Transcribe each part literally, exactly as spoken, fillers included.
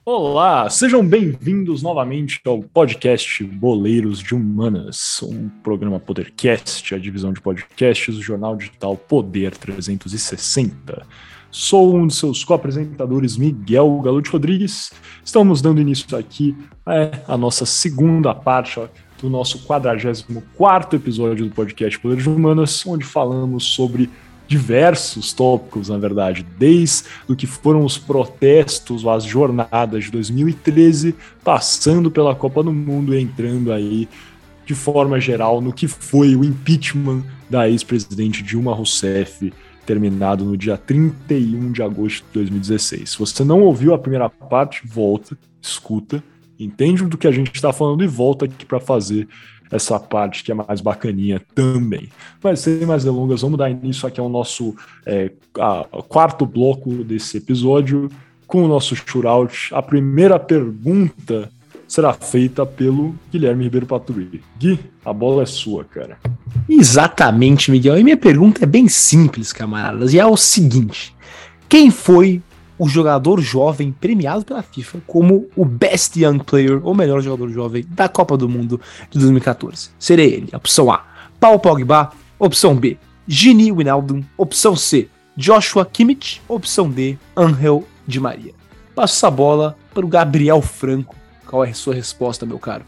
Olá, sejam bem-vindos novamente ao podcast Boleiros de Humanas, um programa Podercast, a divisão de podcasts do jornal digital Poder trezentos e sessenta. Sou um de seus co-apresentadores, Miguel Galute Rodrigues. Estamos dando início aqui à nossa segunda parte do nosso quadragésimo quarto episódio do podcast Poder de Humanas, onde falamos sobre diversos tópicos, na verdade, desde o que foram os protestos, as jornadas de dois mil e treze, passando pela Copa do Mundo e entrando aí, de forma geral, no que foi o impeachment da ex-presidente Dilma Rousseff, terminado no dia trinta e um de agosto de dois mil e dezesseis. Se você não ouviu a primeira parte, volta, escuta, entende do que a gente está falando e volta aqui para fazer essa parte que é mais bacaninha também. Mas sem mais delongas, vamos dar início aqui ao nosso é, a, a quarto bloco desse episódio com o nosso shootout. A primeira pergunta será feita pelo Guilherme Ribeiro Paturi. Gui, a bola é sua, cara. Exatamente, Miguel. E minha pergunta é bem simples, camaradas, e é o seguinte: quem foi o jogador jovem premiado pela FIFA como o Best Young Player, ou melhor jogador jovem da Copa do Mundo de dois mil e catorze? Seria ele, opção A, Paul Pogba, opção B, Gini Wijnaldum, opção C, Joshua Kimmich, opção D, Ángel Di Maria. Passo essa bola para o Gabriel Franco. Qual é a sua resposta, meu caro?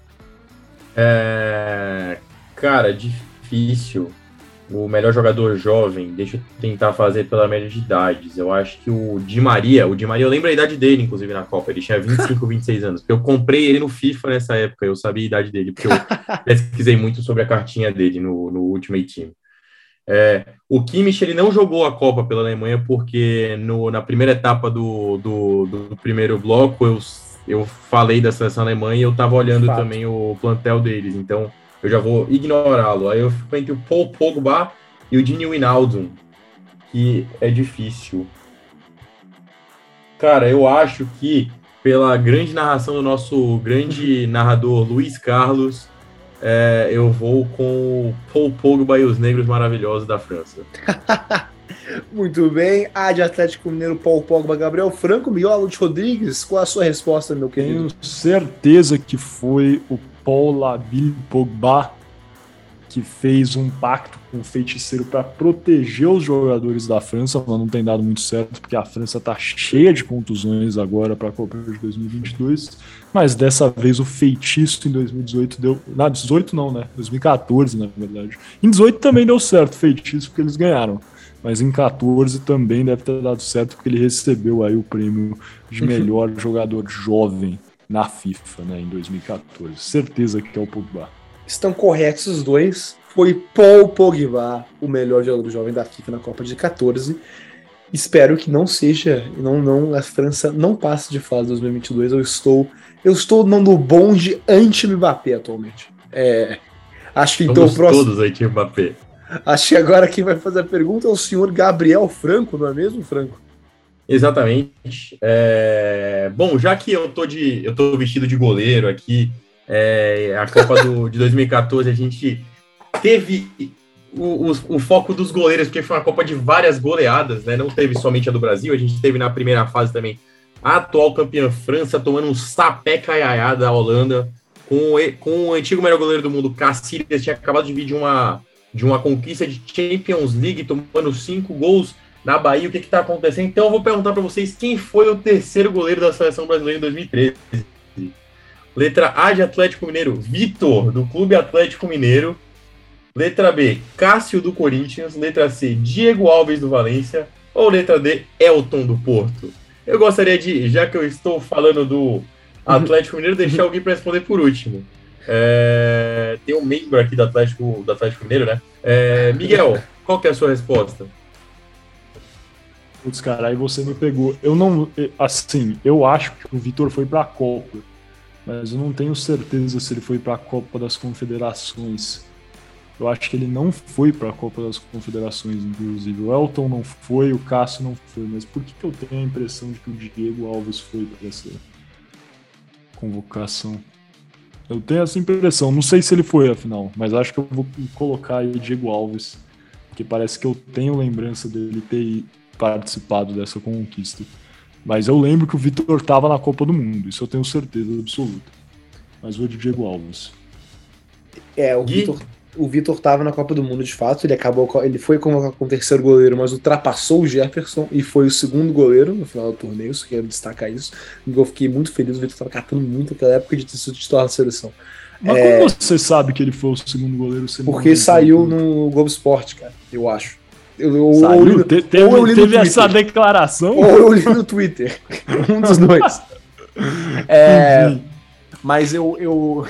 É... Cara, difícil. O melhor jogador jovem, deixa eu tentar fazer pela média de idades. Eu acho que o Di Maria, o Di Maria, eu lembro a idade dele, inclusive, na Copa. Ele tinha vinte e cinco, vinte e seis anos. Eu comprei ele no FIFA nessa época, eu sabia a idade dele, porque eu pesquisei muito sobre a cartinha dele no, no Ultimate Team. É, o Kimmich, ele não jogou a Copa pela Alemanha, porque no, na primeira etapa do, do, do primeiro bloco, eu, eu falei da seleção alemã e eu tava olhando Fato. também o plantel deles, então eu já vou ignorá-lo. Aí eu fico entre o Paul Pogba e o Gini Wijnaldum, que é difícil. Cara, eu acho que, pela grande narração do nosso grande narrador Luiz Carlos, é, eu vou com o Paul Pogba e os negros maravilhosos da França. Muito bem. A de Atlético Mineiro, Paul Pogba, Gabriel Franco, Miguel Galute Rodrigues. Qual a sua resposta, meu querido? Tenho certeza que foi o Paul Laville Pogba que fez um pacto com o feiticeiro para proteger os jogadores da França, mas não tem dado muito certo, porque a França está cheia de contusões agora para a Copa de dois mil e vinte e dois, mas dessa vez o feitiço em dois mil e dezoito deu... Não, dezoito não, né? dois mil e catorze, na verdade. Em dezoito também deu certo o feitiço, porque eles ganharam. Mas em catorze também deve ter dado certo, porque ele recebeu aí o prêmio de melhor jogador jovem na FIFA, né, em dois mil e catorze. Certeza que é o Pogba. Estão corretos os dois. Foi Paul Pogba o melhor jogador jovem da FIFA na Copa de catorze. Espero que não seja, não, não, a França não passe de fase dois mil e vinte e dois. Eu estou, eu estou no bonde anti-Mbappé atualmente. É, acho que então Somos o próximo. Todos anti-Mbappé. Acho que agora quem vai fazer a pergunta é o senhor Gabriel Franco, não é mesmo, Franco? Exatamente. É... Bom, já que eu tô, de, eu tô vestido de goleiro aqui, é... a Copa do, de dois mil e catorze, a gente teve o, o, o foco dos goleiros, porque foi uma Copa de várias goleadas, né? Não teve somente a do Brasil, a gente teve na primeira fase também a atual campeã França tomando um sapé caiaiá da Holanda, com, com o antigo melhor goleiro do mundo, Casillas, tinha acabado de vir de uma, de uma conquista de Champions League, tomando cinco gols na Bahia. O que está acontecendo? Então eu vou perguntar para vocês quem foi o terceiro goleiro da seleção brasileira em dois mil e treze. Letra A de Atlético Mineiro, Vitor, do Clube Atlético Mineiro. Letra B, Cássio, do Corinthians. Letra C, Diego Alves, do Valência. Ou letra D, Elton, do Porto? Eu gostaria de, já que eu estou falando do Atlético Mineiro, deixar alguém para responder por último. É, tem um membro aqui do Atlético, do Atlético Mineiro, né? É, Miguel, qual que é a sua resposta? Putz, cara, aí você me pegou. Eu não, assim, eu acho que o Vitor foi pra Copa, mas eu não tenho certeza se ele foi pra Copa das Confederações. Eu acho que ele não foi pra Copa das Confederações, inclusive. O Elton não foi, o Cássio não foi, mas por que, que eu tenho a impressão de que o Diego Alves foi pra essa convocação? Eu tenho essa impressão, não sei se ele foi, afinal, mas acho que eu vou colocar aí Diego Alves, porque parece que eu tenho lembrança dele ter participado dessa conquista. Mas eu lembro que o Vitor tava na Copa do Mundo, isso eu tenho certeza absoluta. Mas vou de Diego Alves. É, o Vitor, o Vitor tava na Copa do Mundo de fato, ele acabou, ele foi convocado como terceiro goleiro, mas ultrapassou o Jefferson e foi o segundo goleiro no final do torneio, só quero destacar isso. Eu fiquei muito feliz, o Vitor tava catando muito naquela época de ter sido titular da seleção. Mas é... como você sabe que ele foi o segundo goleiro? Porque saiu no Globo Esporte, cara, eu acho. Eu, eu, Saiu? Ou eu, Te, teve ou eu li teve no essa declaração? Ou eu li no Twitter. Um dos dois. É, mas eu... eu...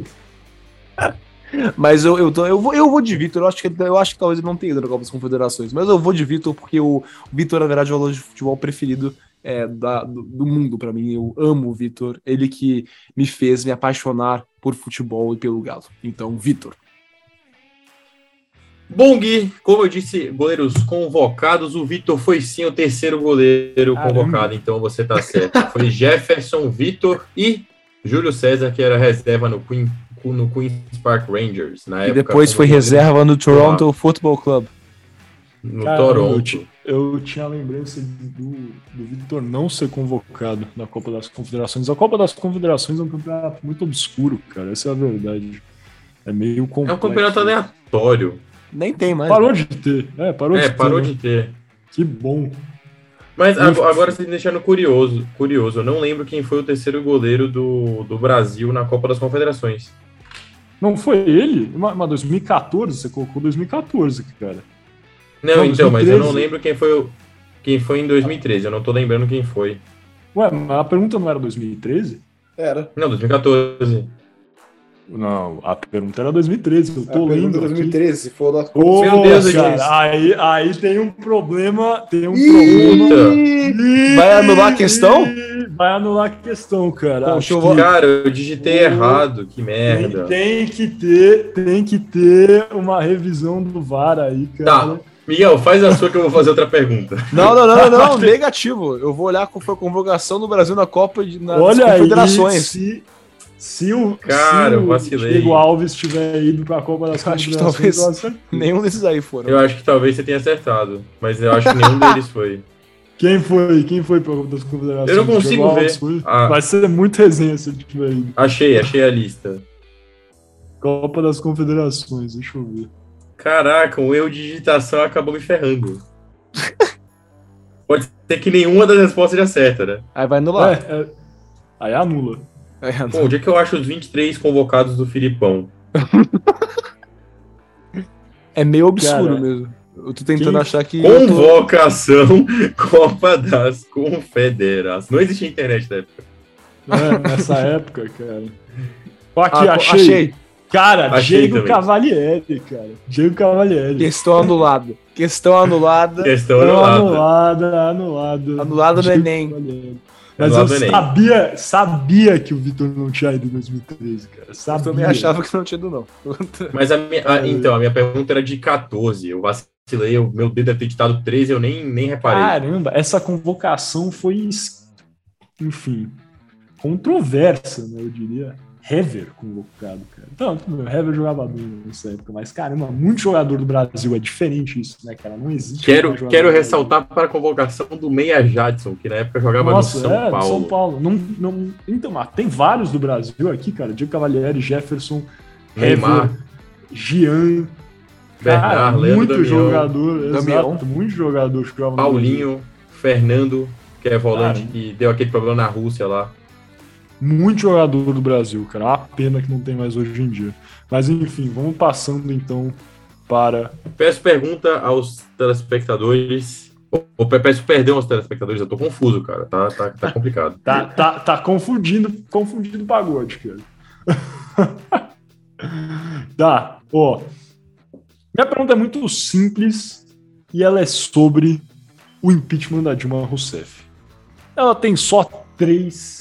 Mas eu, eu, tô, eu, vou, eu vou de Vitor, eu acho, que, eu acho que talvez ele não tenha ido na Copa das Confederações, mas eu vou de Vitor porque o, o Vitor, na verdade, é o jogador de futebol preferido é, da, do, do mundo pra mim. Eu amo o Vitor, ele que me fez me apaixonar por futebol e pelo Galo. Então, Vitor. Bom, Gui, como eu disse, goleiros convocados, o Vitor foi sim o terceiro goleiro Caramba. convocado, então você tá certo. Foi Jefferson, Vitor e Júlio César, que era reserva no Queen no Queen's Park Rangers, na e época. depois foi reserva no Toronto ah, Football Club. No Cara, Toronto. Eu, eu tinha a lembrança do, do Vitor não ser convocado na Copa das Confederações. A Copa das Confederações é um campeonato muito obscuro, cara. Essa é a verdade. É meio complexo. É um campeonato aleatório. Nem tem mais. Parou né? de ter. É, parou, é, de, parou ter, de ter. Que bom. Mas agora, agora você me deixando curioso, curioso. Eu não lembro quem foi o terceiro goleiro do, do Brasil na Copa das Confederações. Não foi ele? Mas dois mil e catorze, você colocou dois mil e catorze, cara. Não, não então, dois mil e treze. Mas eu não lembro quem foi, o, quem foi em dois mil e treze. Eu não tô lembrando quem foi. Ué, mas a pergunta não era dois mil e treze? Era. Não, dois mil e catorze. Não, a pergunta era dois mil e treze. Eu tô a lendo dois mil e treze, aqui. se for da oh, Meu Deus, cara, aí, aí tem um problema. Tem um Ih, problema. Ih, vai anular a questão? Vai anular a questão, cara. Acho que... Cara, eu digitei oh, errado, que merda. Tem, tem que ter, tem que ter uma revisão do V A R aí, cara. Tá. Miguel, faz a sua que eu vou fazer outra pergunta. Não, não, não, não, não negativo. Eu vou olhar qual foi a convocação do Brasil na Copa de na, Olha das Confederações. Aí, se, se o, cara, se eu vacilei. o Diego Alves tiver ido pra Copa das eu acho que Confederações, talvez nenhum desses aí foram. Eu acho que talvez você tenha acertado, mas eu acho que nenhum deles foi. Quem foi? Quem foi pra Copa das Confederações? Eu não consigo ver. Ah, vai ser muito resenha se ele tiver ido. Achei, achei a lista. Copa das Confederações, deixa eu ver. Caraca, um erro de digitação acabou me ferrando. Pode ser que nenhuma das respostas seja certa, né? Aí vai anular. É, é... Aí anula. Aí anula. Bom, onde é que eu acho os vinte e três convocados do Filipão? É meio obscuro Cara, mesmo. Eu tô tentando quem... achar que... Convocação tô... Copa das Confederações. Não existia internet na época. É, nessa época, cara. Aqui, ah, achei. achei. Cara, Achei Diego também. Cavalieri, cara. Diego Cavalieri. Questão anulada. Questão anulada. Questão anulada. anulada. Anulada, anulada. Anulada no Enem. Mas anulado eu Enem. sabia, sabia que o Vitor não tinha ido em dois mil e treze, cara. Sabia. Eu também achava que não tinha ido, não. Mas a minha, a, então, a minha pergunta era de catorze. Eu vacilei, o meu dedo deve ter ditado treze, eu nem, nem reparei. Caramba, essa convocação foi, enfim, controversa, né, eu diria. Hever convocado, cara. Então, o Hever jogava bem nessa época, mas, caramba, muito jogador do Brasil, é diferente isso, né, cara? Não existe. Quero, quero ressaltar para a convocação do Meia Jadson, que na época jogava Nossa, no São é, Paulo. São Paulo. Não, não, então, ah, tem vários do Brasil aqui, cara. Diego Cavalieri, Jefferson, Neymar, Hever, Gian, Bernard, cara, Leandro muito Damião, jogador, Damião. exato, muito jogador que jogava no Paulinho, Fernando, que é volante Cara, que deu aquele problema na Rússia lá. muito jogador do Brasil, cara. Uma pena que não tem mais hoje em dia. Mas enfim, vamos passando então para... Peço pergunta aos telespectadores. Ou peço perdão aos telespectadores, eu tô confuso, cara. Tá, tá, tá complicado. Tá, tá, tá confundindo, confundindo o pagode, cara. Tá, ó. Minha pergunta é muito simples e ela é sobre o impeachment da Dilma Rousseff. Ela tem só três...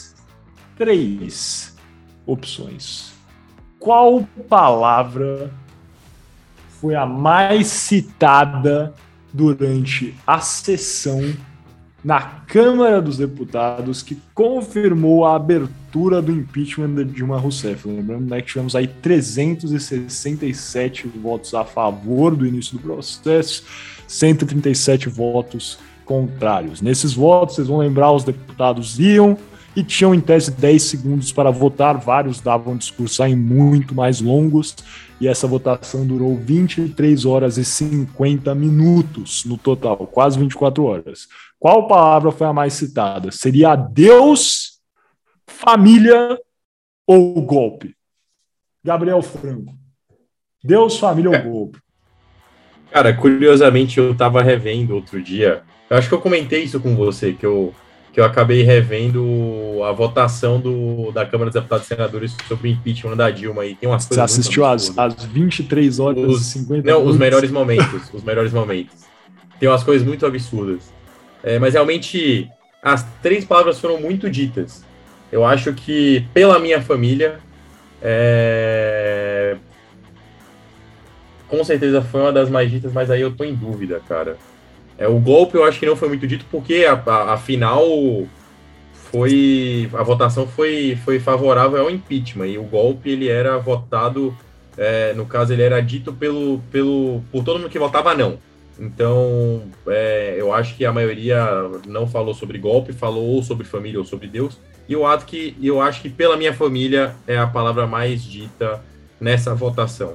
Três opções. Qual palavra foi a mais citada durante a sessão na Câmara dos Deputados que confirmou a abertura do impeachment de Dilma Rousseff? Lembrando, né, que tivemos aí trezentos e sessenta e sete votos a favor do início do processo, cento e trinta e sete votos contrários. Nesses votos, vocês vão lembrar, os deputados iam e tinham em tese dez segundos para votar, vários davam discursos aí muito mais longos, e essa votação durou vinte e três horas e cinquenta minutos no total, quase vinte e quatro horas. Qual palavra foi a mais citada? Seria Deus, família ou golpe? Gabriel Franco. Deus, família ou golpe? Cara, curiosamente eu tava revendo outro dia, eu acho que eu comentei isso com você, que eu, que eu acabei revendo a votação do, da Câmara dos Deputados e Senadores sobre o impeachment da Dilma, e tem umas Você coisas assistiu às, às vinte e três horas os, e cinquenta Não, minutos? os melhores momentos, os melhores momentos. Tem umas coisas muito absurdas. É, mas realmente, as três palavras foram muito ditas. Eu acho que, pela minha família, é... com certeza foi uma das mais ditas, mas aí eu tô em dúvida, cara. É, o golpe eu acho que não foi muito dito, porque a, a, a final foi... A votação foi, foi favorável ao impeachment, e o golpe, ele era votado, é, no caso, ele era dito pelo, pelo, por todo mundo que votava não. Então, é, eu acho que a maioria não falou sobre golpe, falou ou sobre família ou sobre Deus, e eu acho que, eu acho que pela minha família é a palavra mais dita nessa votação.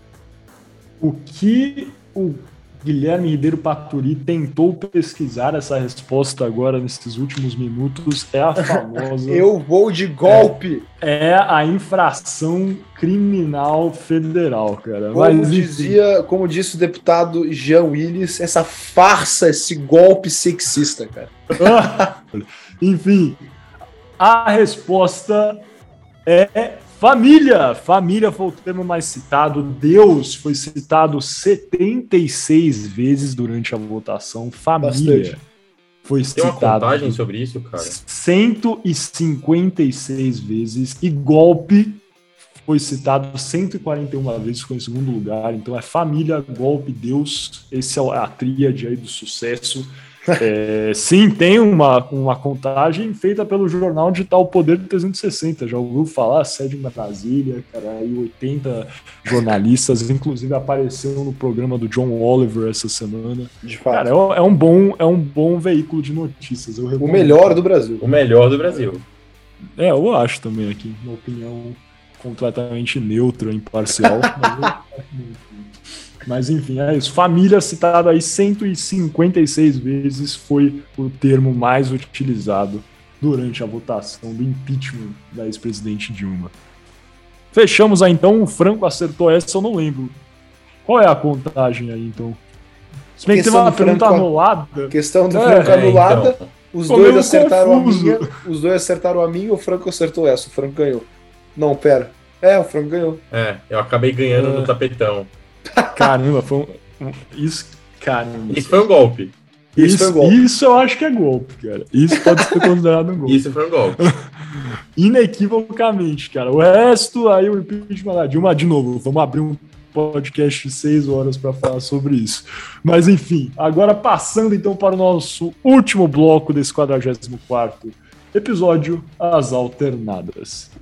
O que o Guilherme Ribeiro Paturi tentou pesquisar essa resposta agora nesses últimos minutos é a famosa... Eu vou de golpe! É, é a infração criminal federal, cara. Como, Mas, dizia, como disse o deputado Jean Willis, essa farsa, esse golpe sexista, cara. Enfim, a resposta é... Família, família foi o termo mais citado. Deus foi citado setenta e seis vezes durante a votação. Família Bastante. foi Tem uma citado contagem sobre isso, cara? cento e cinquenta e seis vezes, e golpe foi citado cento e quarenta e uma vezes, ficou em segundo lugar. Então é família, golpe, Deus. Esse é a tríade aí do sucesso. É, sim, tem uma, uma contagem feita pelo jornal digital Poder trezentos e sessenta. Já ouviu falar? Sede em Brasília, cara, e oitenta jornalistas, inclusive apareceram no programa do John Oliver essa semana. De fato. Cara, é, é, um, bom, é um bom veículo de notícias. Eu o melhor do Brasil. O melhor do Brasil. É, eu acho também aqui, uma opinião completamente neutra, imparcial. Mas eu... Mas enfim, é isso. Família citada aí cento e cinquenta e seis vezes foi o termo mais utilizado durante a votação do impeachment da ex-presidente Dilma. Fechamos aí então. O Franco acertou essa, eu não lembro. Qual é a contagem aí então? Se bem que teve uma pergunta Franco, anulada. Questão do é, Franco é, anulada. Então. Os Tô dois meio acertaram confuso. a minha. Os dois acertaram a minha e o Franco acertou essa. O Franco ganhou. Não, pera. É, o Franco ganhou. É, eu acabei ganhando É. no tapetão. Caramba, foi um... Isso, caramba. Isso foi um golpe. Isso Isso, foi um golpe. isso eu acho que é golpe, cara. Isso pode ser considerado um golpe. Isso foi um golpe. Inequivocamente, cara. O resto, aí o impeachment da Dilma, de novo, vamos abrir um podcast de seis horas para falar sobre isso. Mas enfim, agora passando então para o nosso último bloco desse quadragésimo quarto episódio, as alternadas.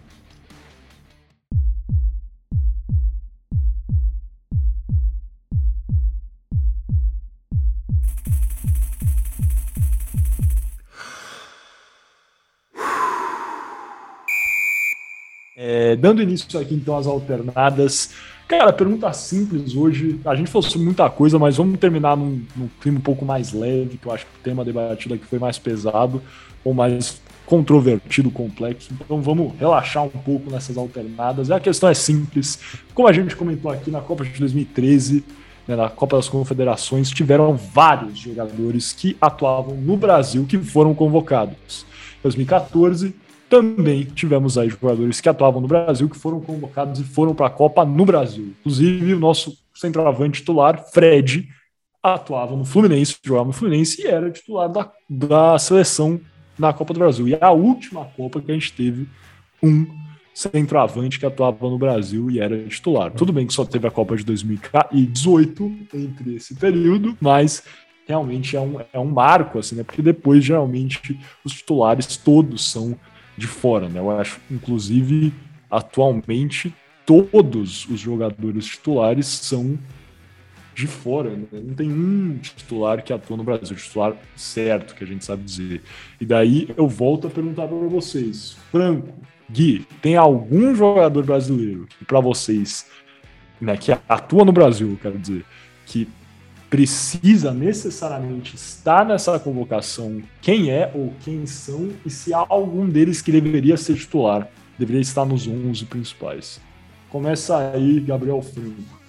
É, dando início aqui então às alternadas. Cara, pergunta simples hoje. A gente falou sobre muita coisa, mas vamos terminar num, num clima um pouco mais leve, que eu acho que o tema debatido aqui foi mais pesado ou mais controvertido, complexo. Então vamos relaxar um pouco nessas alternadas. E a questão é simples. Como a gente comentou aqui na Copa de dois mil e treze, né, na Copa das Confederações, tiveram vários jogadores que atuavam no Brasil que foram convocados. Em dois mil e quatorze, também tivemos aí jogadores que atuavam no Brasil, que foram convocados e foram para a Copa no Brasil. Inclusive, o nosso centroavante titular, Fred, atuava no Fluminense, jogava no Fluminense e era titular da, da seleção na Copa do Brasil. E a última Copa que a gente teve, um centroavante que atuava no Brasil e era titular. Tudo bem que só teve a Copa de dois mil e dezoito entre esse período, mas realmente é um, é um marco, assim, né? Porque depois, geralmente, os titulares todos são de fora, né? Eu acho, inclusive, atualmente, todos os jogadores titulares são de fora, né? Não tem um titular que atua no Brasil, titular certo, que a gente sabe dizer. E daí eu volto a perguntar para vocês, Franco, Gui, tem algum jogador brasileiro que para vocês, né, que atua no Brasil, quero dizer, que precisa necessariamente estar nessa convocação? Quem é ou quem são? E se há algum deles que deveria ser titular, deveria estar nos onze principais? Começa aí, Gabriel Franco.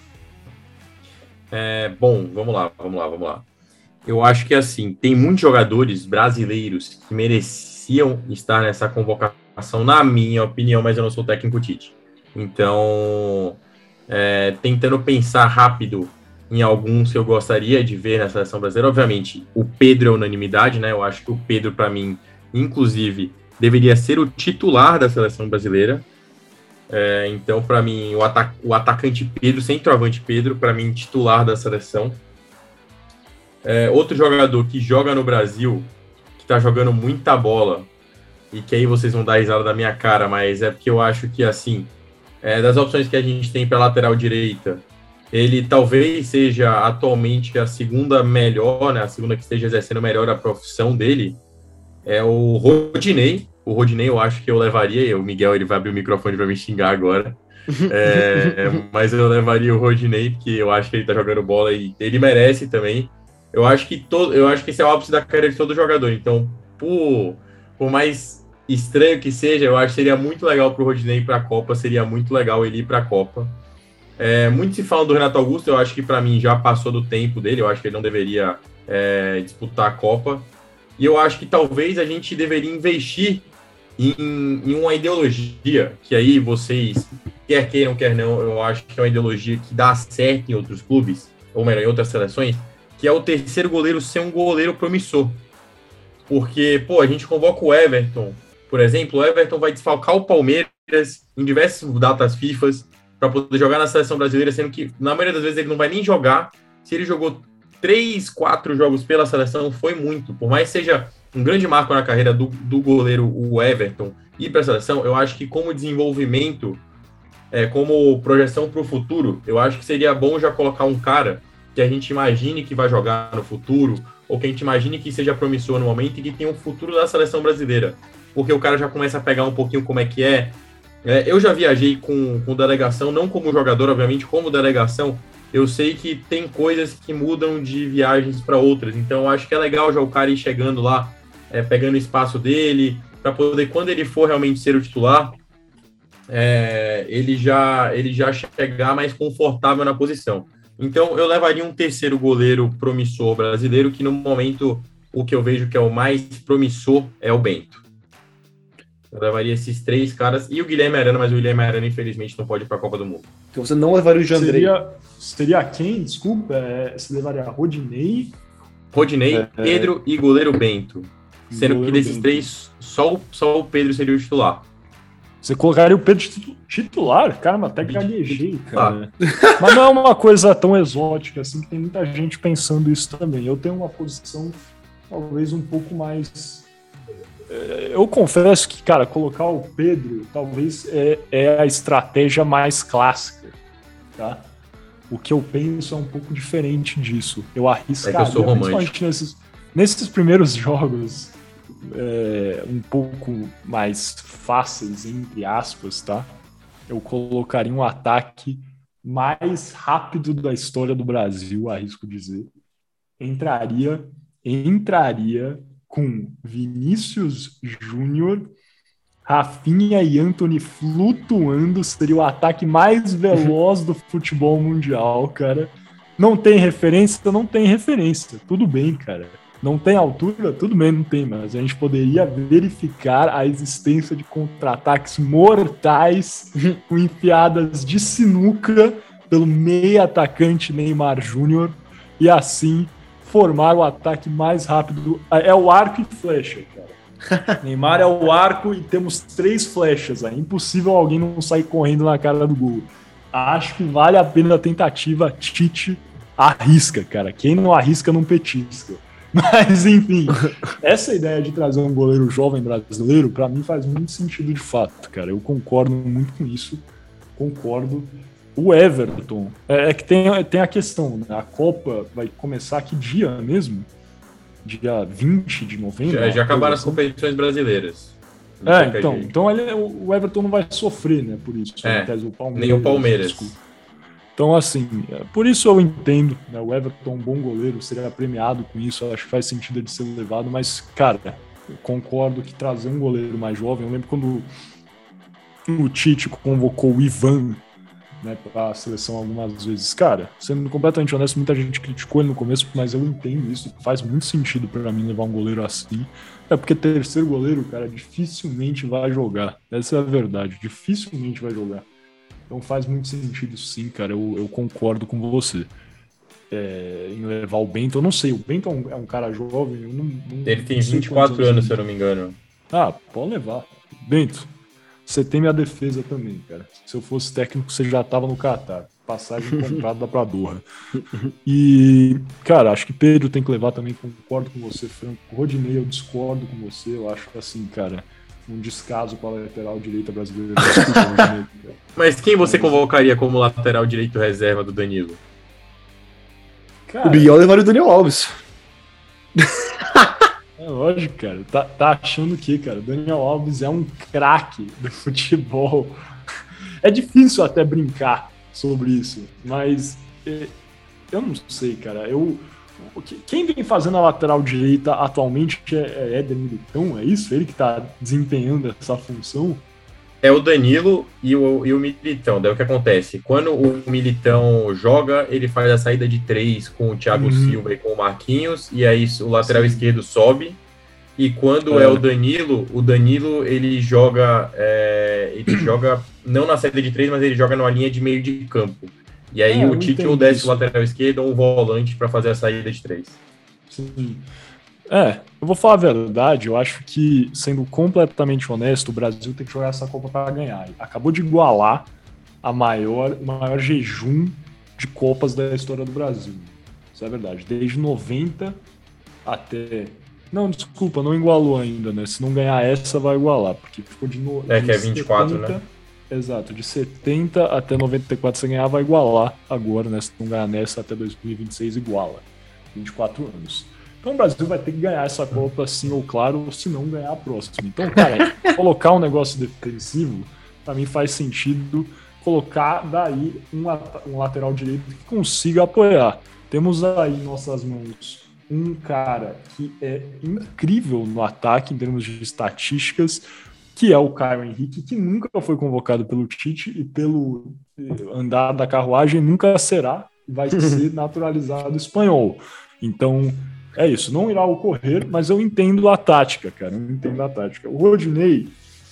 É, bom, vamos lá, vamos lá, vamos lá. Eu acho que, assim, tem muitos jogadores brasileiros que mereciam estar nessa convocação, na minha opinião, mas eu não sou técnico Tite. Então, é, tentando pensar rápido em alguns que eu gostaria de ver na seleção brasileira, obviamente, o Pedro é unanimidade, né? Eu acho que o Pedro, para mim, inclusive, deveria ser o titular da seleção brasileira. É, então, para mim, o, ata- o atacante Pedro, centroavante Pedro, para mim, titular da seleção. É, outro jogador que joga no Brasil, que tá jogando muita bola, e que aí vocês vão dar risada da minha cara, mas é porque eu acho que, assim, é, das opções que a gente tem para lateral direita, ele talvez seja atualmente a segunda melhor, né, a segunda que esteja exercendo melhor a profissão dele, é o Rodinei. O Rodinei eu acho que eu levaria, o Miguel ele vai abrir o microfone para me xingar agora, é, mas eu levaria o Rodinei, porque eu acho que ele tá jogando bola e ele merece também. Eu acho que, todo, eu acho que esse é o ápice da carreira de todo jogador, então, por, por mais estranho que seja, eu acho que seria muito legal pro Rodinei ir pra Copa, seria muito legal ele ir pra Copa. É, muito se fala do Renato Augusto, eu acho que para mim já passou do tempo dele, eu acho que ele não deveria é, disputar a Copa. E eu acho que talvez a gente deveria investir em, em uma ideologia, que aí vocês, quer queiram, quer não, eu acho que é uma ideologia que dá certo em outros clubes, ou melhor, em outras seleções, que é o terceiro goleiro ser um goleiro promissor. Porque, pô, a gente convoca o Everton, por exemplo, o Everton vai desfalcar o Palmeiras em diversas datas FIFA para poder jogar na seleção brasileira, sendo que, na maioria das vezes, ele não vai nem jogar. Se ele jogou três, quatro jogos pela seleção, foi muito. Por mais que seja um grande marco na carreira do, do goleiro, o Everton, ir para a seleção, eu acho que como desenvolvimento, é, como projeção para o futuro, eu acho que seria bom já colocar um cara que a gente imagine que vai jogar no futuro, ou que a gente imagine que seja promissor no momento e que tenha um futuro da seleção brasileira. Porque o cara já começa a pegar um pouquinho como é que é. é eu já viajei com, com delegação, não como jogador, obviamente, como delegação. Eu sei que tem coisas que mudam de viagens para outras, então eu acho que é legal já o cara ir chegando lá, é, pegando o espaço dele, para poder, quando ele for realmente ser o titular, é, ele, já, ele já chegar mais confortável na posição. Então eu levaria um terceiro goleiro promissor brasileiro, que no momento o que eu vejo que é o mais promissor é o Bento. Eu levaria esses três caras e o Guilherme Arana, mas o Guilherme Arana infelizmente não pode ir para a Copa do Mundo. Então você não levaria o Jandrei? Seria, seria quem? Desculpa, é, você levaria Rodinei? Rodinei, é, Pedro e goleiro Bento. Sendo goleiro que desses Bento. três, só o, só o Pedro seria o titular. Você colocaria o Pedro titular? Caramba, até gaguejei, cara. Ah. Mas não é uma coisa tão exótica assim, que tem muita gente pensando isso também. Eu tenho uma posição talvez um pouco mais... Eu confesso que, cara, colocar o Pedro talvez é, é a estratégia mais clássica, tá? O que eu penso é um pouco diferente disso. Eu arriscaria, é que eu sou romântico. Principalmente nesses, nesses primeiros jogos é, um pouco mais fáceis, entre aspas, tá? Eu colocaria um ataque mais rápido da história do Brasil, arrisco dizer. Entraria, entraria... com Vinícius Júnior, Rafinha e Antony flutuando, seria o ataque mais veloz do futebol mundial, cara. Não tem referência? Não tem referência. Tudo bem, cara. Não tem altura? Tudo bem, não tem, mas a gente poderia verificar a existência de contra-ataques mortais com enfiadas de sinuca pelo meio atacante Neymar Júnior e assim formar o ataque mais rápido. É o arco e flecha, cara. Neymar é o arco e temos três flechas. É impossível alguém não sair correndo na cara do gol. Acho que vale a pena a tentativa. Tite arrisca, cara. Quem não arrisca não petisca. Mas, enfim, essa ideia de trazer um goleiro jovem brasileiro, pra mim faz muito sentido de fato, cara. Eu concordo muito com isso. Concordo. o Everton, é, é que tem, tem a questão, né? A Copa vai começar que dia mesmo? Dia vinte de novembro? Já, já acabaram as assim. competições brasileiras. É, então, então ele, o Everton não vai sofrer, né, por isso. É, né, o Palmeiras, nem o Palmeiras. Desculpa. Então, assim, por isso eu entendo, né, o Everton é um bom goleiro, seria premiado com isso, eu acho que faz sentido ele ser levado, mas, cara, eu concordo que trazer um goleiro mais jovem, eu lembro quando o Tite convocou o Ivan, né, para a seleção algumas vezes. Cara, sendo completamente honesto, muita gente criticou ele no começo, mas eu entendo isso, faz muito sentido para mim levar um goleiro assim. É porque terceiro goleiro, cara, dificilmente vai jogar. Essa é a verdade, dificilmente vai jogar. Então faz muito sentido sim, cara, eu, eu concordo com você. É, em levar o Bento, eu não sei, o Bento é um, é um cara jovem, eu não, não Ele tem não sei vinte e quatro quantos anos, se eu não me engano. Ah, pode levar. Bento, você tem minha defesa também, cara. Se eu fosse técnico, você já tava no Catar. Passagem comprada pra Doha. E, cara, acho que Pedro tem que levar também, concordo com você, Franco. Rodinei, eu discordo com você. Eu acho que, assim, cara, um descaso para a lateral direita brasileira. Desculpa, Rodinei. Mas quem você convocaria como lateral direito reserva do Danilo? Cara, O Miguel levaria o Daniel Alves. É lógico, cara. Tá, tá achando que, cara, o Daniel Alves é um craque do futebol. É difícil até brincar sobre isso, mas é, eu não sei, cara. Eu, quem vem fazendo a lateral direita atualmente é, é Éder Militão, é isso? Ele que tá desempenhando essa função? É o Danilo e o, e o Militão. Daí o que acontece? Quando o Militão joga, ele faz a saída de três com o Thiago uhum. Silva e com o Marquinhos, e aí o lateral Sim. esquerdo sobe. E quando é. é o Danilo, o Danilo ele joga, é, ele joga não na saída de três, mas ele joga numa linha de meio de campo. E aí é, o Tite ou desce o lateral esquerdo ou o volante para fazer a saída de três. Sim. É, eu vou falar a verdade, eu acho que, sendo completamente honesto, o Brasil tem que jogar essa Copa para ganhar. Acabou de igualar a maior, o maior jejum de Copas da história do Brasil. Isso é verdade. Desde noventa até... Não, desculpa, não igualou ainda, né? Se não ganhar essa, vai igualar, porque ficou de... No... É, de que é vinte e quatro, setenta, né? Exato, de setenta até noventa e quatro, se ganhar, vai igualar agora, né? Se não ganhar nessa, até dois mil e vinte e seis iguala. vinte e quatro anos. Então o Brasil vai ter que ganhar essa Copa, sim ou claro, ou se não ganhar a próxima. Então, cara, colocar um negócio defensivo, para mim faz sentido colocar daí um, um lateral direito que consiga apoiar. Temos aí em nossas mãos um cara que é incrível no ataque, em termos de estatísticas, que é o Caio Henrique, que nunca foi convocado pelo Tite e pelo andar da carruagem nunca será, vai ser naturalizado espanhol. Então... é isso, não irá ocorrer, mas eu entendo a tática, cara. Eu entendo a tática. O Rodinei,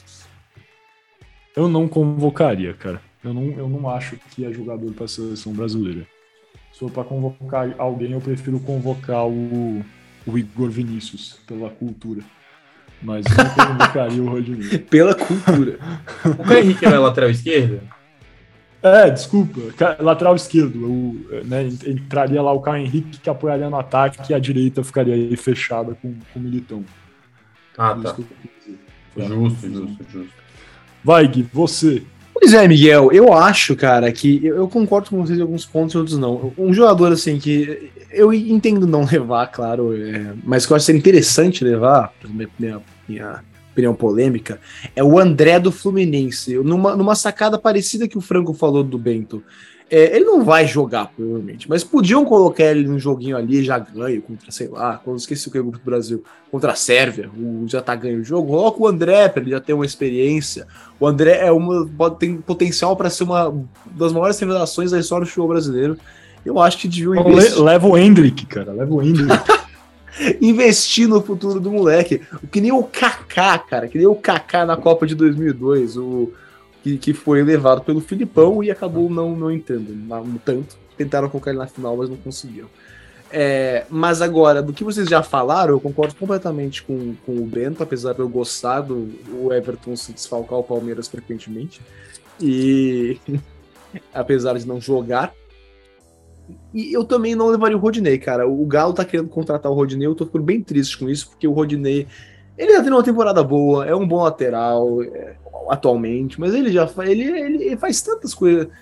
eu não convocaria, cara. Eu não, eu não acho que é jogador para a seleção brasileira. Se for para convocar alguém, eu prefiro convocar o, o Igor Vinícius, pela cultura. Mas não convocaria o Rodinei. Pela cultura. O Caio Henrique não é lateral esquerdo? É, desculpa, lateral esquerdo, eu, né, entraria lá o Caio Henrique que apoiaria no ataque e a direita ficaria aí fechada com, com o Militão. Ah, tá. Justo, justo, justo. Vai, Gui, você. Pois é, Miguel, eu acho, cara, que eu, eu concordo com vocês em alguns pontos e outros não. Um jogador, assim, que eu entendo não levar, claro, é, mas que eu acho ser interessante levar, minha, minha, minha opinião polêmica, é o André do Fluminense. Numa, numa sacada parecida que o Franco falou do Bento. É, ele não vai jogar, provavelmente, mas podiam colocar ele num joguinho ali, já ganho, contra, sei lá, quando esqueci o que é o grupo do Brasil, contra a Sérvia, o, já tá ganho o jogo, coloca o André pra ele já ter uma experiência. O André é uma, pode, tem potencial para ser uma das maiores revelações da história do futebol brasileiro. Eu acho que devia investir. Leva o Hendrick, cara, leva o Hendrick. Investir no futuro do moleque. Que nem o Kaká, cara, que nem o Kaká na Copa de dois mil e dois, o... Que, que foi levado pelo Filipão e acabou não, não entrando no tanto. Tentaram colocar ele na final, mas não conseguiram. É, mas agora, do que vocês já falaram, eu concordo completamente com, com o Bento, apesar de eu gostar do o Everton se desfalcar o Palmeiras frequentemente. E apesar de não jogar. E eu também não levaria o Rodinei, cara. O Galo tá querendo contratar o Rodinei, eu tô ficando bem triste com isso, porque o Rodinei, ele já tem uma temporada boa, é um bom lateral, é, atualmente, mas ele já ele, ele faz tantas coisas.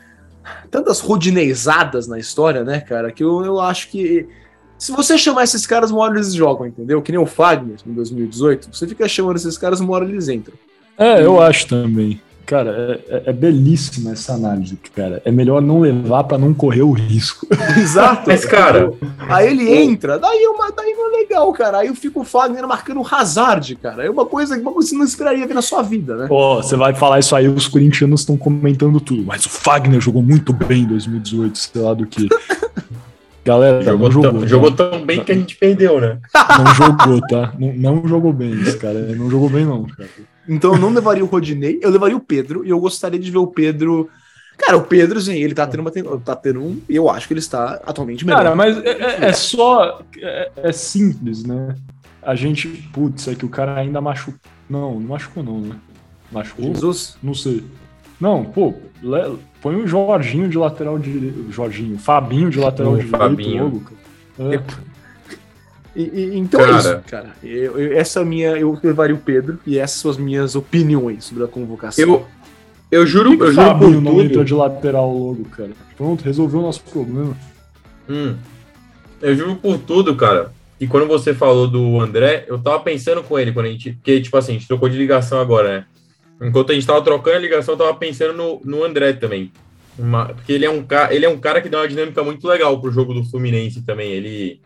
tantas rodinezadas na história, né, cara, que eu, eu acho que se você chamar esses caras, uma hora eles jogam, entendeu? Que nem o Fagner em dois mil e dezoito, você fica chamando esses caras, uma hora eles entram. É, eu acho também. Cara, é, é, é belíssima essa análise, cara. É melhor não levar pra não correr o risco. Exato. Mas, cara... Aí ele entra, daí, é uma, daí não é legal, cara. Aí fica o Fagner marcando o Hazard, cara. É uma coisa, uma coisa que você não esperaria ver na sua vida, né? Ó, oh, você vai falar isso aí, os corintianos estão comentando tudo. Mas o Fagner jogou muito bem em dois mil e dezoito, sei lá do que. Galera, jogou, não jogou, tão, tá? jogou tão bem que a gente perdeu, né? Não jogou, tá? Não, não jogou bem esse cara. Não jogou bem, não, cara. Então eu não levaria o Rodinei, eu levaria o Pedro, e eu gostaria de ver o Pedro... Cara, o Pedro, sim, ele tá tendo uma... Tá tendo um... E eu acho que ele está atualmente melhor. Cara, mas é, é, é só... É, é simples, né? A gente... Putz, é que o cara ainda machucou... Não, não machucou não, né? Machucou? Jesus? Não sei. Não, pô, le... põe o Jorginho de lateral direito... Jorginho, Fabinho de lateral o direito Fabinho. logo, cara. É. E, e, então cara. é isso, cara. Eu, eu, essa é a minha... Eu levaria o Pedro, e essas são as minhas opiniões sobre a convocação. Eu... Eu juro, que que eu juro por tudo. Não entra de lateral logo, cara. Pronto, resolveu o nosso problema. Hum. Eu juro por tudo, cara. E quando você falou do André, eu tava pensando com ele quando a gente... Porque, tipo assim, a gente trocou de ligação agora, né? Enquanto a gente tava trocando a ligação, eu tava pensando no, no André também. Uma, porque ele é, um, ele é um cara que dá uma dinâmica muito legal pro jogo do Fluminense também. Ele...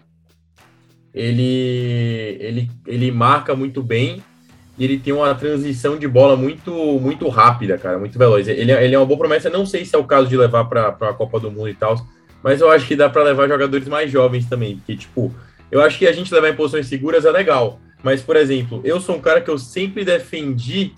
Ele... Ele, ele marca muito bem. E ele tem uma transição de bola muito, muito rápida, cara, muito veloz. Ele, ele é uma boa promessa, não sei se é o caso de levar para a Copa do Mundo e tal, mas eu acho que dá para levar jogadores mais jovens também, porque, tipo, eu acho que a gente levar em posições seguras é legal, mas, por exemplo, eu sou um cara que eu sempre defendi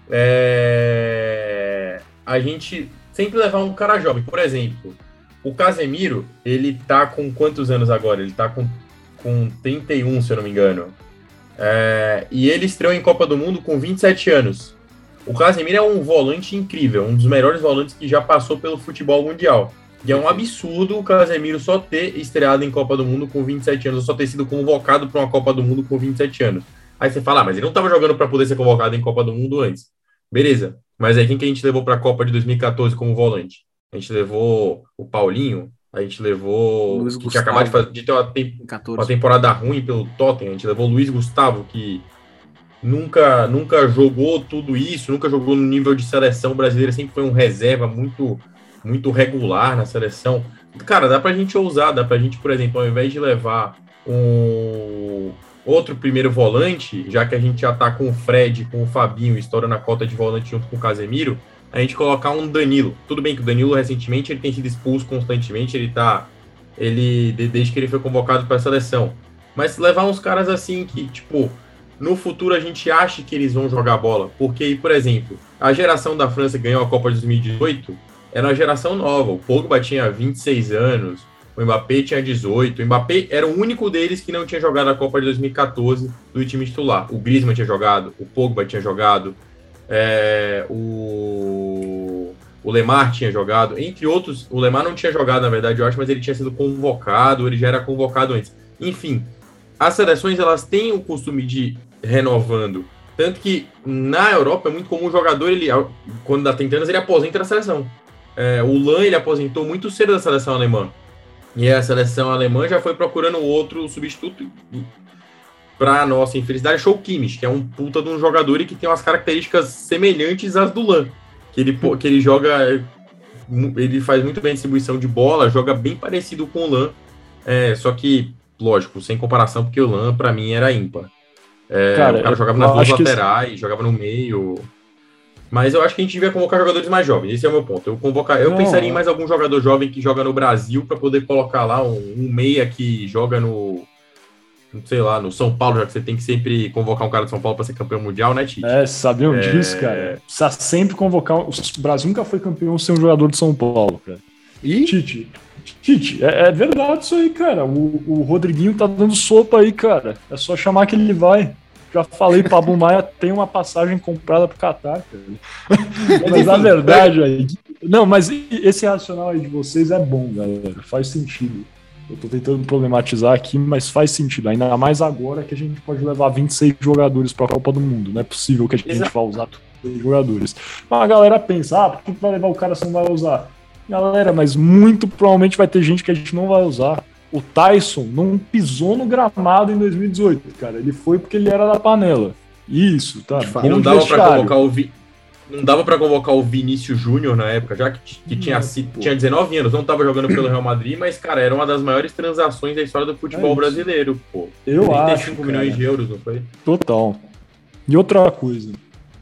é, a gente sempre levar um cara jovem. Por exemplo, o Casemiro, ele tá com quantos anos agora? Ele tá com, com trinta e um, se eu não me engano. É, e ele estreou em Copa do Mundo com vinte e sete anos. O Casemiro é um volante incrível, um dos melhores volantes que já passou pelo futebol mundial. E é um absurdo o Casemiro só ter estreado em Copa do Mundo com vinte e sete anos, ou só ter sido convocado para uma Copa do Mundo com vinte e sete anos. Aí você fala, ah, mas ele não estava jogando para poder ser convocado em Copa do Mundo antes. Beleza, mas aí quem que a gente levou para a Copa de dois mil e catorze como volante? A gente levou o Paulinho, a gente levou Luiz que, Gustavo, que acabou de, fazer, de ter uma, tem, uma temporada ruim pelo Tottenham, a gente levou o Luiz Gustavo, que nunca, nunca jogou tudo isso, nunca jogou no nível de seleção brasileira, sempre foi um reserva muito, muito regular na seleção. Cara, dá pra gente ousar, dá pra gente, por exemplo, ao invés de levar um outro primeiro volante, já que a gente já tá com o Fred, com o Fabinho, estoura na cota de volante junto com o Casemiro, a gente colocar um Danilo. Tudo bem que o Danilo, recentemente, ele tem sido expulso constantemente, ele tá... Ele, desde que ele foi convocado para a seleção. Mas levar uns caras assim que, tipo, no futuro a gente acha que eles vão jogar bola. Porque, por exemplo, a geração da França que ganhou a Copa de dois mil e dezoito era uma geração nova. O Pogba tinha vinte e seis anos, o Mbappé tinha dezoito. O Mbappé era o único deles que não tinha jogado a Copa de dois mil e catorze do time titular. O Griezmann tinha jogado, o Pogba tinha jogado, é, o, o Lemar tinha jogado, entre outros. O Lemar não tinha jogado, na verdade, eu acho, mas ele tinha sido convocado, ele já era convocado antes. Enfim, as seleções, elas têm o costume de renovando. Tanto que na Europa é muito comum o jogador, ele, quando dá trinta anos, ele aposenta da seleção. É, o Lan, ele aposentou muito cedo da seleção alemã. E a seleção alemã já foi procurando outro substituto. Para nossa infelicidade, achou o Kimmich, que é um puta de um jogador e que tem umas características semelhantes às do Lan. Que ele, que ele joga... Ele faz muito bem a distribuição de bola, joga bem parecido com o Lan. É, só que, lógico, sem comparação, porque o Lan, para mim, era ímpar. É, cara, o cara jogava nas duas laterais, que... jogava no meio... Mas eu acho que a gente devia convocar jogadores mais jovens. Esse é o meu ponto. Eu, convocar, eu pensaria em mais algum jogador jovem que joga no Brasil para poder colocar lá um, um meia que joga no, sei lá, no São Paulo, já que você tem que sempre convocar um cara de São Paulo para ser campeão mundial, né, Tite? É, sabiam é... disso, cara? Precisa sempre convocar... O Brasil nunca foi campeão sem um jogador de São Paulo, cara. E? Tite, Tite, é, é verdade isso aí, cara. O, o Rodriguinho tá dando sopa aí, cara. É só chamar que ele vai. Já falei, Pablo Maia tem uma passagem comprada pro Catar, cara. Mas a verdade aí... Não, mas esse racional aí de vocês é bom, galera. Faz sentido. Eu tô tentando problematizar aqui, mas faz sentido. Ainda mais agora que a gente pode levar vinte e seis jogadores pra Copa do Mundo. Não é possível que a gente Exato. vá usar todos os jogadores. Mas a galera pensa, ah, por que vai levar o cara se não vai usar? Galera, mas muito provavelmente vai ter gente que a gente não vai usar. O Tyson não pisou no gramado em dois mil e dezoito, cara. Ele foi porque ele era da panela. Isso, tá? E não dava para convocar o Vi... não dava para convocar o Vinícius Júnior na época, já que, que tinha, não, tinha dezenove anos, não estava jogando pelo Real Madrid, mas, cara, era uma das maiores transações da história do futebol é brasileiro, pô. Eu trinta e cinco acho, milhões cara. de euros, não foi? Total. E outra coisa,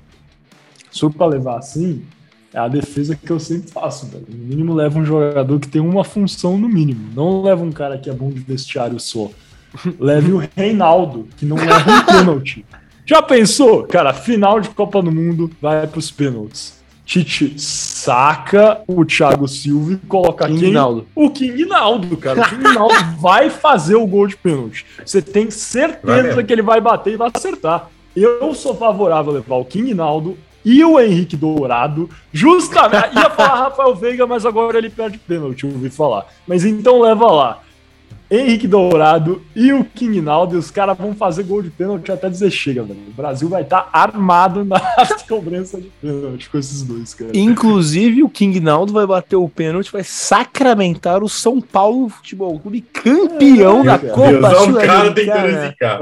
se for pra levar assim, é a defesa que eu sempre faço, velho. No mínimo leva um jogador que tem uma função no mínimo. Não leva um cara que é bom de vestiário só. Leve o Reinaldo, que não leva um pênalti. Já pensou? Cara, final de Copa do Mundo vai pros pênaltis. Tite saca o Thiago Silva e coloca King quem? Naldo. O King Naldo, cara. O King Naldo vai fazer o gol de pênalti. Você tem certeza que ele vai bater e vai acertar. Eu sou favorável a levar o King Naldo e o Henrique Dourado, justamente. Ia falar Rafael Veiga, mas agora ele perde pênalti, eu ouvi falar. Mas então leva lá. Henrique Dourado e o King Naldo, e os caras vão fazer gol de pênalti até dizer chega, velho. O Brasil vai estar tá armado na cobrança de pênalti com esses dois, cara. Inclusive, o King Naldo vai bater o pênalti, vai sacramentar o São Paulo Futebol Clube campeão é, da cara. Copa Deus, Sul. o cara tentando zicar.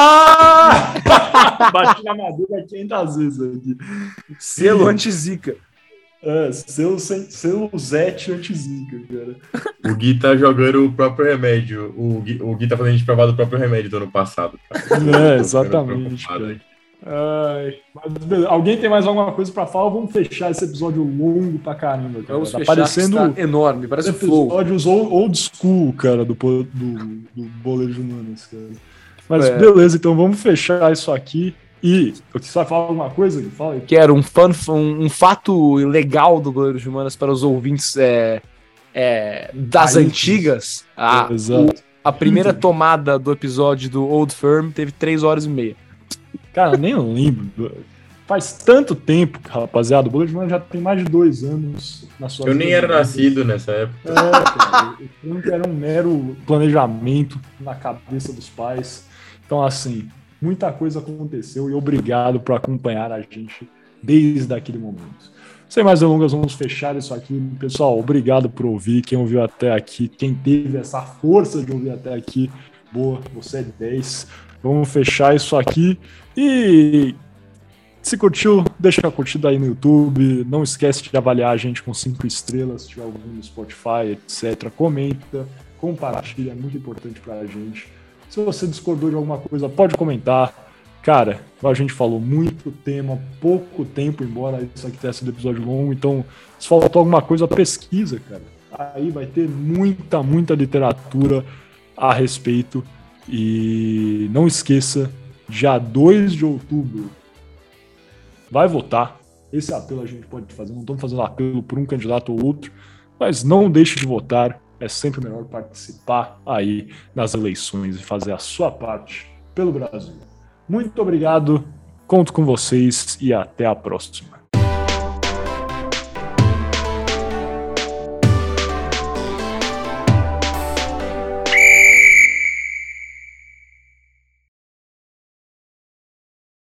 Ah! Bati na madeira quinhentas vezes aqui. Selo anti-zica. É, selo, selo Zete anti-zica, cara. O Gui tá jogando o próprio remédio. O Gui, o Gui tá fazendo a gente provar do próprio remédio do ano passado. Cara. É, exatamente, cara. Ai, mas beleza. Alguém tem mais alguma coisa pra falar? Vamos fechar esse episódio longo pra caramba, cara. Vamos tá fechar, parecendo está enorme, parece flow. episódios old, old school, cara, do, do, do Boleiro de Humanas, cara. Mas é. beleza, então vamos fechar isso aqui. E você vai falar alguma coisa? Fala aí. Quero um, fun, um, um fato legal do Goleiro de Humanas para os ouvintes é, é, das Aí, antigas. A, Exato. o, a primeira tomada do episódio do Old Firm teve três horas e meia. Cara, eu nem lembro. Faz tanto tempo, rapaziada. O Boleiro de Humanas já tem mais de dois anos na sua Eu vida. nem era nascido nessa época. É, cara. O Trump era um mero planejamento na cabeça dos pais. Então, assim, muita coisa aconteceu e obrigado por acompanhar a gente desde aquele momento. Sem mais delongas, vamos fechar isso aqui. Pessoal, obrigado por ouvir. Quem ouviu até aqui, quem teve essa força de ouvir até aqui, boa, você é dez. Vamos fechar isso aqui. E se curtiu, deixa a curtida aí no YouTube. Não esquece de avaliar a gente com cinco estrelas, se tiver algum no Spotify, etcétera. Comenta, compartilha, é muito importante pra gente. Se você discordou de alguma coisa, pode comentar. Cara, a gente falou muito tema, pouco tempo, embora isso aqui tenha sido episódio longo, então se faltou alguma coisa, pesquisa, cara. Aí vai ter muita, muita literatura a respeito. E não esqueça, dia dois de outubro, vai votar. Esse apelo a gente pode fazer, não estamos fazendo apelo por um candidato ou outro, mas não deixe de votar. É sempre melhor participar aí nas eleições e fazer a sua parte pelo Brasil. Muito obrigado, conto com vocês e até a próxima.